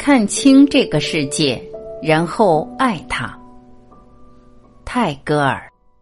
看清这个世界，然后爱它。泰戈尔。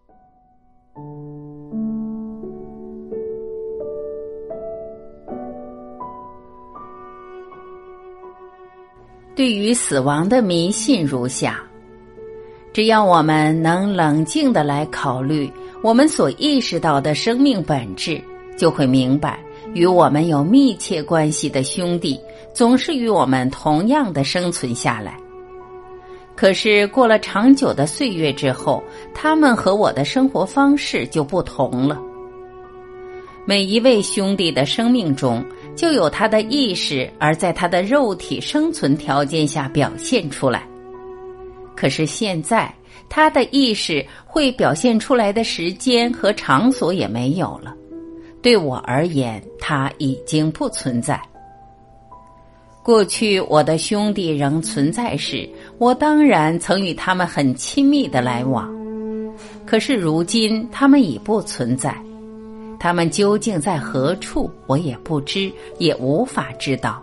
对于死亡的迷信如下：只要我们能冷静地来考虑我们所意识到的生命本质，就会明白与我们有密切关系的兄弟总是与我们同样的生存下来。可是过了长久的岁月之后，他们和我的生活方式就不同了。每一位兄弟的生命中就有他的意识，而在他的肉体生存条件下表现出来。可是现在他的意识会表现出来的时间和场所也没有了，对我而言他已经不存在。过去我的兄弟仍存在时，我当然曾与他们很亲密的来往，可是如今他们已不存在。他们究竟在何处，我也不知，也无法知道。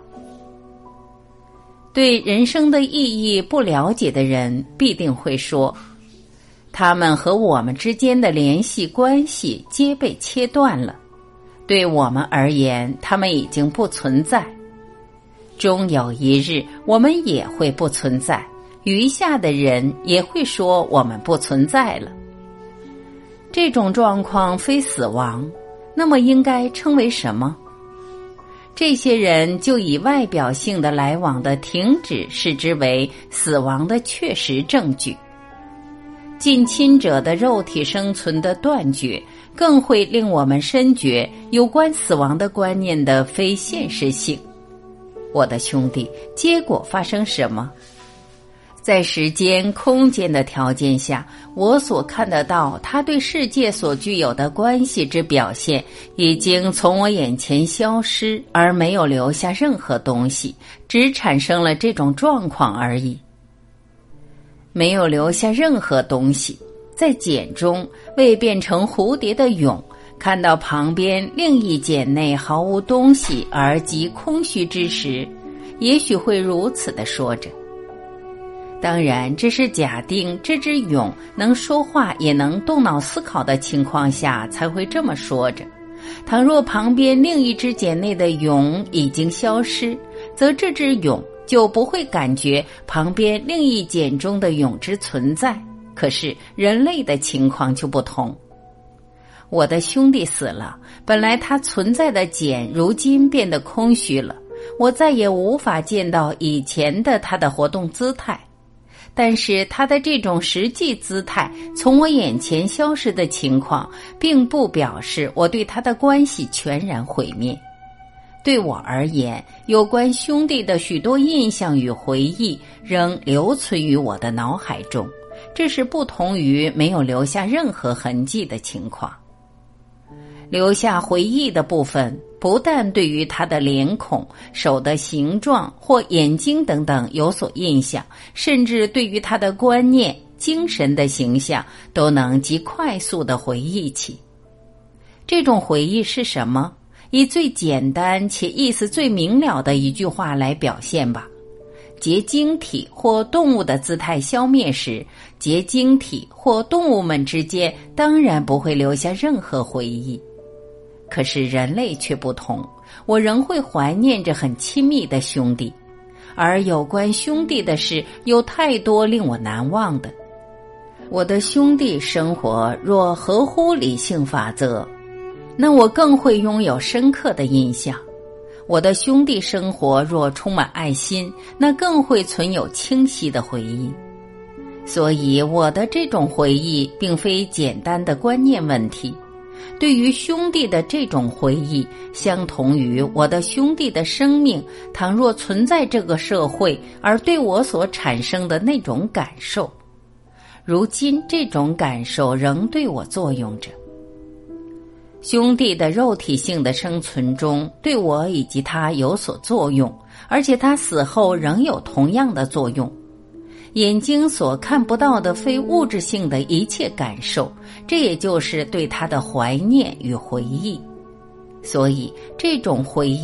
对人生的意义不了解的人必定会说，他们和我们之间的联系关系皆被切断了，对我们而言他们已经不存在。终有一日我们也会不存在，余下的人也会说我们不存在了。这种状况非死亡，那么应该称为什么？这些人就以外表性的来往的停止视之为死亡的确实证据。近亲者的肉体生存的断绝，更会令我们深觉有关死亡的观念的非现实性。我的兄弟，结果发生什么？在时间空间的条件下，我所看得到他对世界所具有的关系之表现已经从我眼前消失，而没有留下任何东西，只产生了这种状况而已。没有留下任何东西，在茧中未变成蝴蝶的蛹，看到旁边另一茧内毫无东西而极空虚之时，也许会如此地说着。当然这是假定这只蛹能说话也能动脑思考的情况下才会这么说着。倘若旁边另一只茧内的蛹已经消失，则这只蛹就不会感觉旁边另一茧中的蛹之存在。可是人类的情况就不同。我的兄弟死了，本来他存在的茧如今变得空虚了，我再也无法见到以前的他的活动姿态。但是他的这种实际姿态从我眼前消失的情况，并不表示我对他的关系全然毁灭。对我而言，有关兄弟的许多印象与回忆仍留存于我的脑海中，这是不同于没有留下任何痕迹的情况。留下回忆的部分不但对于他的脸孔、手的形状或眼睛等等有所印象，甚至对于他的观念、精神的形象都能极快速地回忆起。这种回忆是什么？以最简单且意思最明了的一句话来表现吧。结晶体或动物的姿态消灭时，结晶体或动物们之间当然不会留下任何回忆。可是人类却不同，我仍会怀念着很亲密的兄弟，而有关兄弟的事有太多令我难忘的。我的兄弟生活若合乎理性法则，那我更会拥有深刻的印象。我的兄弟生活若充满爱心，那更会存有清晰的回忆。所以我的这种回忆并非简单的观念问题。对于兄弟的这种回忆，相同于我的兄弟的生命倘若存在这个社会而对我所产生的那种感受。如今这种感受仍对我作用着。兄弟的肉体性的生存中对我以及他有所作用，而且他死后仍有同样的作用。眼睛所看不到的非物质性的一切感受，这也就是对他的怀念与回忆。所以这种回忆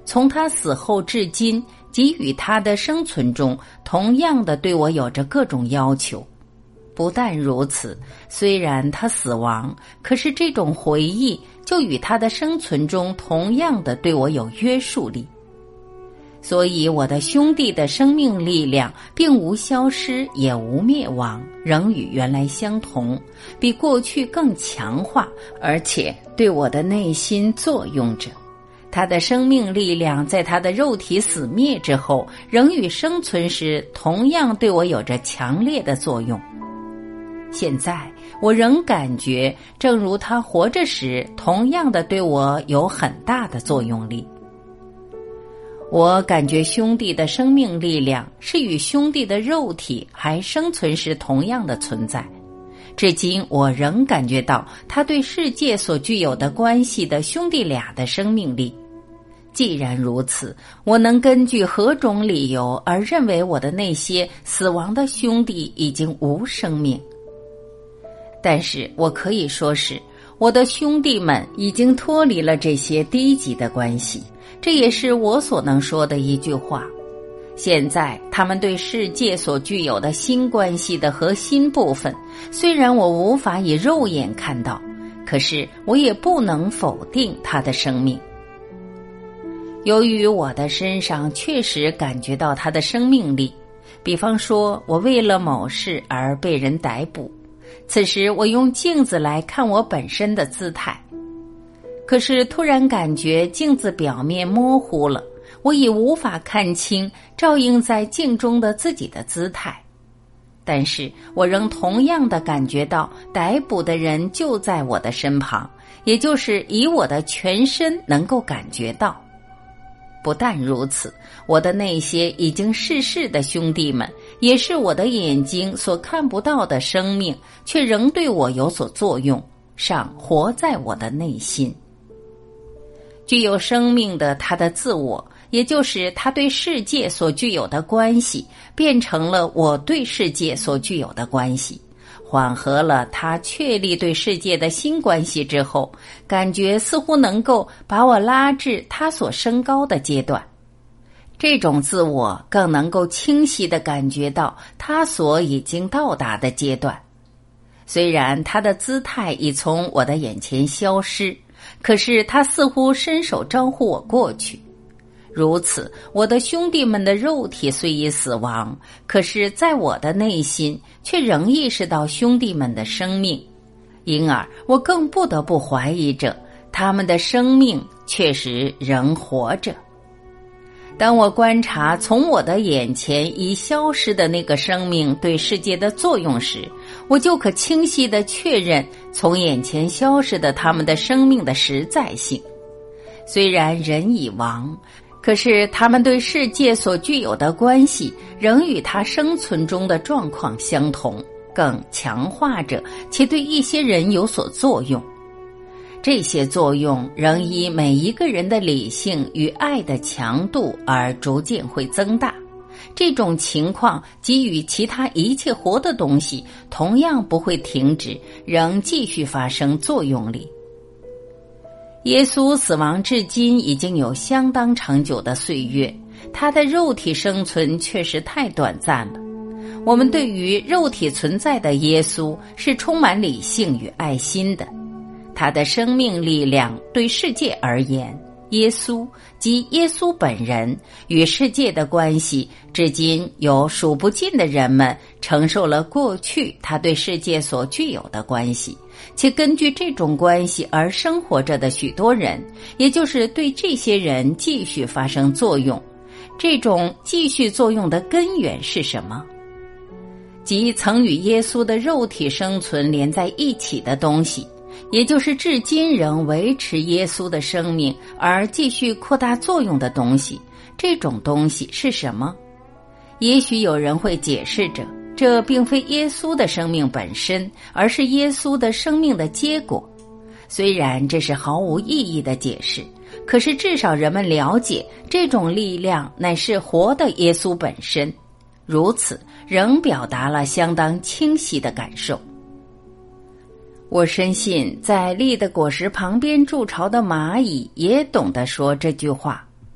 从他死后至今，给予他的生存中，同样的对我有着各种要求。不但如此，虽然他死亡，可是这种回忆就与他的生存中同样的对我有约束力。所以我的兄弟的生命力量并无消失，也无灭亡，仍与原来相同，比过去更强化，而且对我的内心作用着。他的生命力量在他的肉体死灭之后，仍与生存时同样对我有着强烈的作用。现在我仍感觉，正如他活着时，同样的对我有很大的作用力。我感觉兄弟的生命力量是与兄弟的肉体还生存时同样的存在。至今我仍感觉到他对世界所具有的关系的兄弟俩的生命力。既然如此，我能根据何种理由而认为我的那些死亡的兄弟已经无生命？但是我可以说是，我的兄弟们已经脱离了这些低级的关系，这也是我所能说的一句话。现在他们对世界所具有的新关系的核心部分，虽然我无法以肉眼看到，可是我也不能否定他的生命。由于我的身上确实感觉到他的生命力，比方说我为了某事而被人逮捕，此时我用镜子来看我本身的姿态，可是突然感觉镜子表面模糊了，我已无法看清照映在镜中的自己的姿态。但是我仍同样的感觉到逮捕的人就在我的身旁，也就是以我的全身能够感觉到。不但如此，我的那些已经逝世的兄弟们，也是我的眼睛所看不到的生命，却仍对我有所作用，尚活在我的内心。具有生命的他的自我，也就是他对世界所具有的关系，变成了我对世界所具有的关系，缓和了他确立对世界的新关系之后，感觉似乎能够把我拉至他所升高的阶段。这种自我更能够清晰地感觉到他所已经到达的阶段。虽然他的姿态已从我的眼前消失，可是他似乎伸手招呼我过去。如此，我的兄弟们的肉体虽已死亡，可是在我的内心却仍意识到兄弟们的生命，因而我更不得不怀疑着他们的生命确实仍活着。当我观察从我的眼前已消失的那个生命对世界的作用时，我就可清晰地确认从眼前消失的他们的生命的实在性。虽然人已亡，可是他们对世界所具有的关系仍与他生存中的状况相同，更强化着，且对一些人有所作用。这些作用仍依每一个人的理性与爱的强度而逐渐会增大。这种情况给予其他一切活的东西同样不会停止，仍继续发生作用力。耶稣死亡至今已经有相当长久的岁月，他的肉体生存确实太短暂了。我们对于肉体存在的耶稣是充满理性与爱心的，他的生命力量对世界而言，耶稣及耶稣本人与世界的关系，至今有数不尽的人们承受了过去他对世界所具有的关系，且根据这种关系而生活着的许多人，也就是对这些人继续发生作用。这种继续作用的根源是什么？即曾与耶稣的肉体生存连在一起的东西，也就是至今仍维持耶稣的生命而继续扩大作用的东西。这种东西是什么？也许有人会解释着，这并非耶稣的生命本身，而是耶稣的生命的结果。虽然这是毫无意义的解释，可是至少人们了解这种力量乃是活的耶稣本身，如此仍表达了相当清晰的感受。我深信在栗的果实旁边筑巢的蚂蚁也懂得说这句话。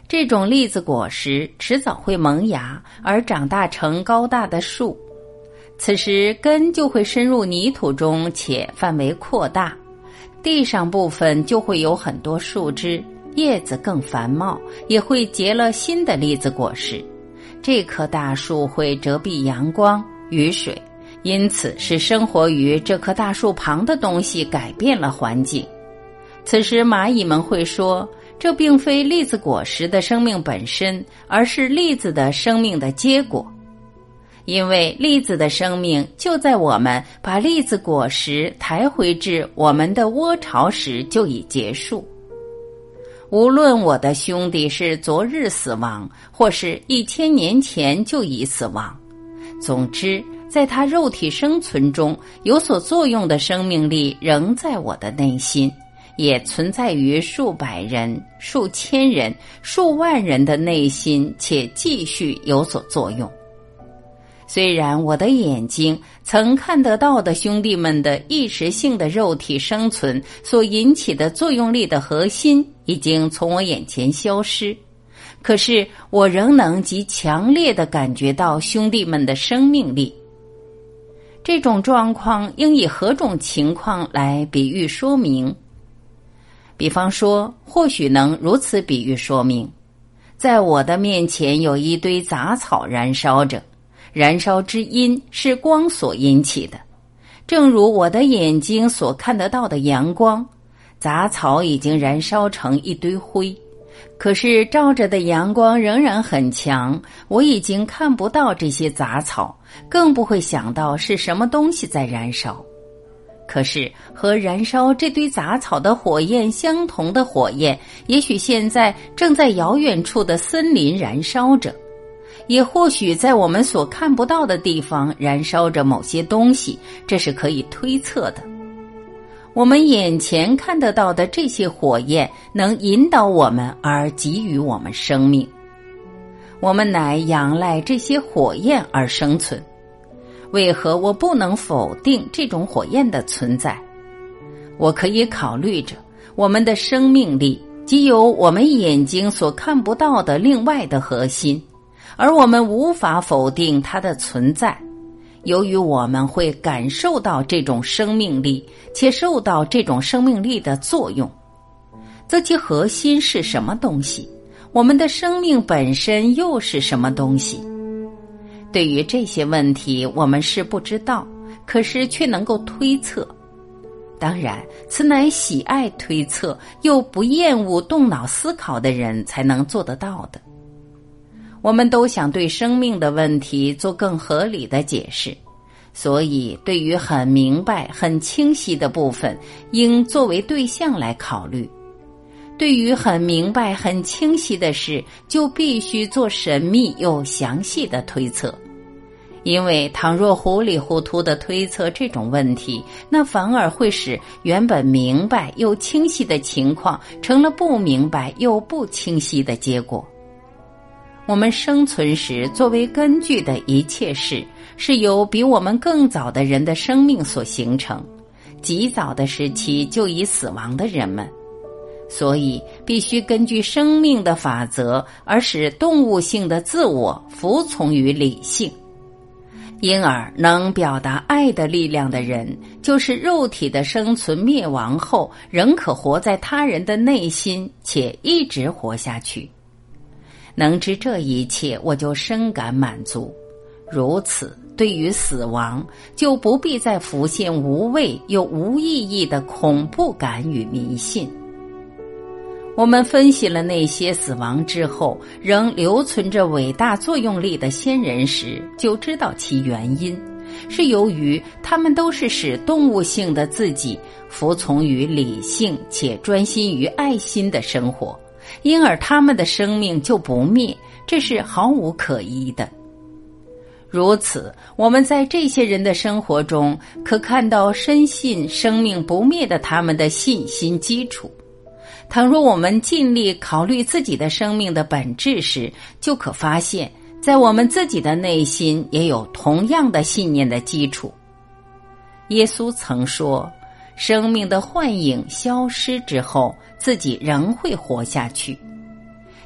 这种栗子果实迟早会萌芽而长大成高大的树，此时根就会深入泥土中且范围扩大，地上部分就会有很多树枝，叶子更繁茂，也会结了新的栗子果实。这棵大树会遮蔽阳光、雨水，因此是生活于这棵大树旁的东西改变了环境。此时蚂蚁们会说，这并非栗子果实的生命本身，而是栗子的生命的结果。因为栗子的生命就在我们把栗子果实抬回至我们的窝巢时就已结束。无论我的兄弟是昨日死亡，或是1000年前就已死亡，总之在他肉体生存中有所作用的生命力仍在我的内心，也存在于数百人、数千人、数万人的内心，且继续有所作用。虽然我的眼睛曾看得到的兄弟们的一时性的肉体生存所引起的作用力的核心已经从我眼前消失，可是我仍能极强烈地感觉到兄弟们的生命力。这种状况应以何种情况来比喻说明？比方说，或许能如此比喻说明：在我的面前有一堆杂草燃烧着，燃烧之因是光所引起的，正如我的眼睛所看得到的阳光。杂草已经燃烧成一堆灰，可是照着的阳光仍然很强，我已经看不到这些杂草，更不会想到是什么东西在燃烧。可是和燃烧这堆杂草的火焰相同的火焰，也许现在正在遥远处的森林燃烧着，也或许在我们所看不到的地方燃烧着某些东西，这是可以推测的。我们眼前看得到的这些火焰能引导我们而给予我们生命，我们乃仰赖这些火焰而生存。为何我不能否定这种火焰的存在？我可以考虑着我们的生命力即有我们眼睛所看不到的另外的核心，而我们无法否定它的存在。由于我们会感受到这种生命力，且受到这种生命力的作用，则其核心是什么东西？我们的生命本身又是什么东西？对于这些问题，我们是不知道，可是却能够推测。当然，此乃喜爱推测又不厌恶动脑思考的人才能做得到的。我们都想对生命的问题做更合理的解释，所以对于很明白、很清晰的部分，应作为对象来考虑。对于很明白、很清晰的事，就必须做神秘又详细的推测。因为倘若糊里糊涂地推测这种问题，那反而会使原本明白又清晰的情况成了不明白又不清晰的结果。我们生存时作为根据的一切事，是由比我们更早的人的生命所形成，极早的时期就已死亡的人们，所以必须根据生命的法则而使动物性的自我服从于理性。因而能表达爱的力量的人，就是肉体的生存灭亡后仍可活在他人的内心，且一直活下去。能知这一切，我就深感满足。如此，对于死亡，就不必再浮现无谓又无意义的恐怖感与迷信。我们分析了那些死亡之后仍留存着伟大作用力的先人时，就知道其原因，是由于他们都是使动物性的自己服从于理性且专心于爱心的生活，因而他们的生命就不灭，这是毫无可疑的。如此，我们在这些人的生活中可看到深信生命不灭的他们的信心基础。倘若我们尽力考虑自己的生命的本质时，就可发现在我们自己的内心也有同样的信念的基础。耶稣曾说，生命的幻影消失之后，自己仍会活下去。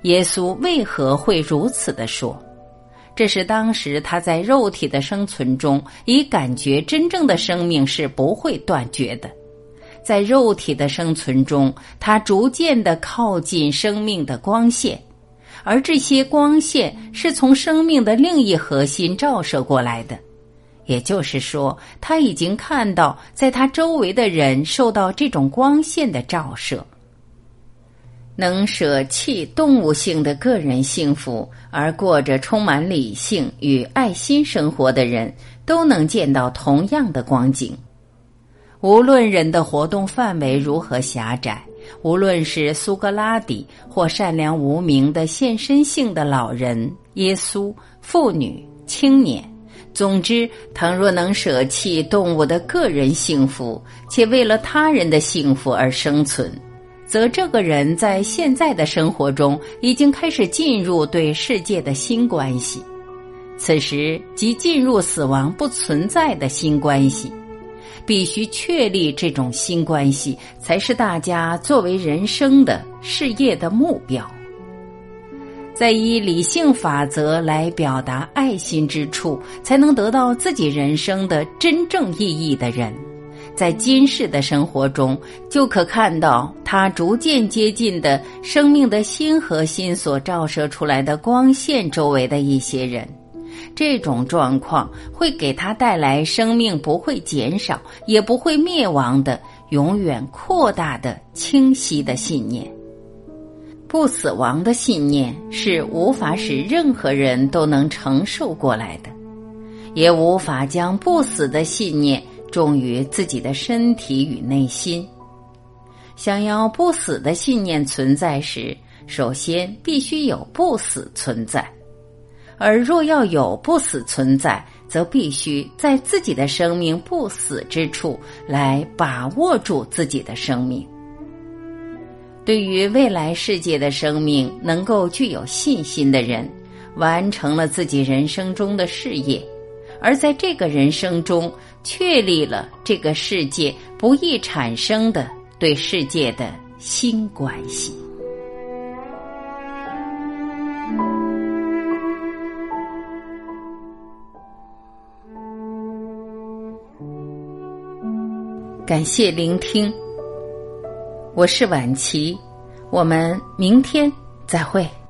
耶稣为何会如此地说？这是当时他在肉体的生存中已感觉真正的生命是不会断绝的。在肉体的生存中，他逐渐地靠近生命的光线，而这些光线是从生命的另一核心照射过来的。也就是说，他已经看到在他周围的人受到这种光线的照射。能舍弃动物性的个人幸福而过着充满理性与爱心生活的人，都能见到同样的光景。无论人的活动范围如何狭窄，无论是苏格拉底或善良无名的献身性的老人、耶稣、妇女、青年，总之，倘若能舍弃动物的个人幸福，且为了他人的幸福而生存，则这个人在现在的生活中已经开始进入对世界的新关系。此时即进入死亡不存在的新关系。必须确立这种新关系，才是大家作为人生的事业的目标。在以理性法则来表达爱心之处，才能得到自己人生的真正意义的人，在今世的生活中，就可看到他逐渐接近的生命的新核心所照射出来的光线周围的一些人。这种状况会给他带来生命不会减少也不会灭亡的永远扩大的清晰的信念。不死亡的信念是无法使任何人都能承受过来的，也无法将不死的信念种于自己的身体与内心。想要不死的信念存在时，首先必须有不死存在。而若要有不死存在，则必须在自己的生命不死之处来把握住自己的生命。对于未来世界的生命能够具有信心的人，完成了自己人生中的事业，而在这个人生中确立了这个世界不易产生的对世界的新关系。感谢聆听，我是婉琪，我们明天再会。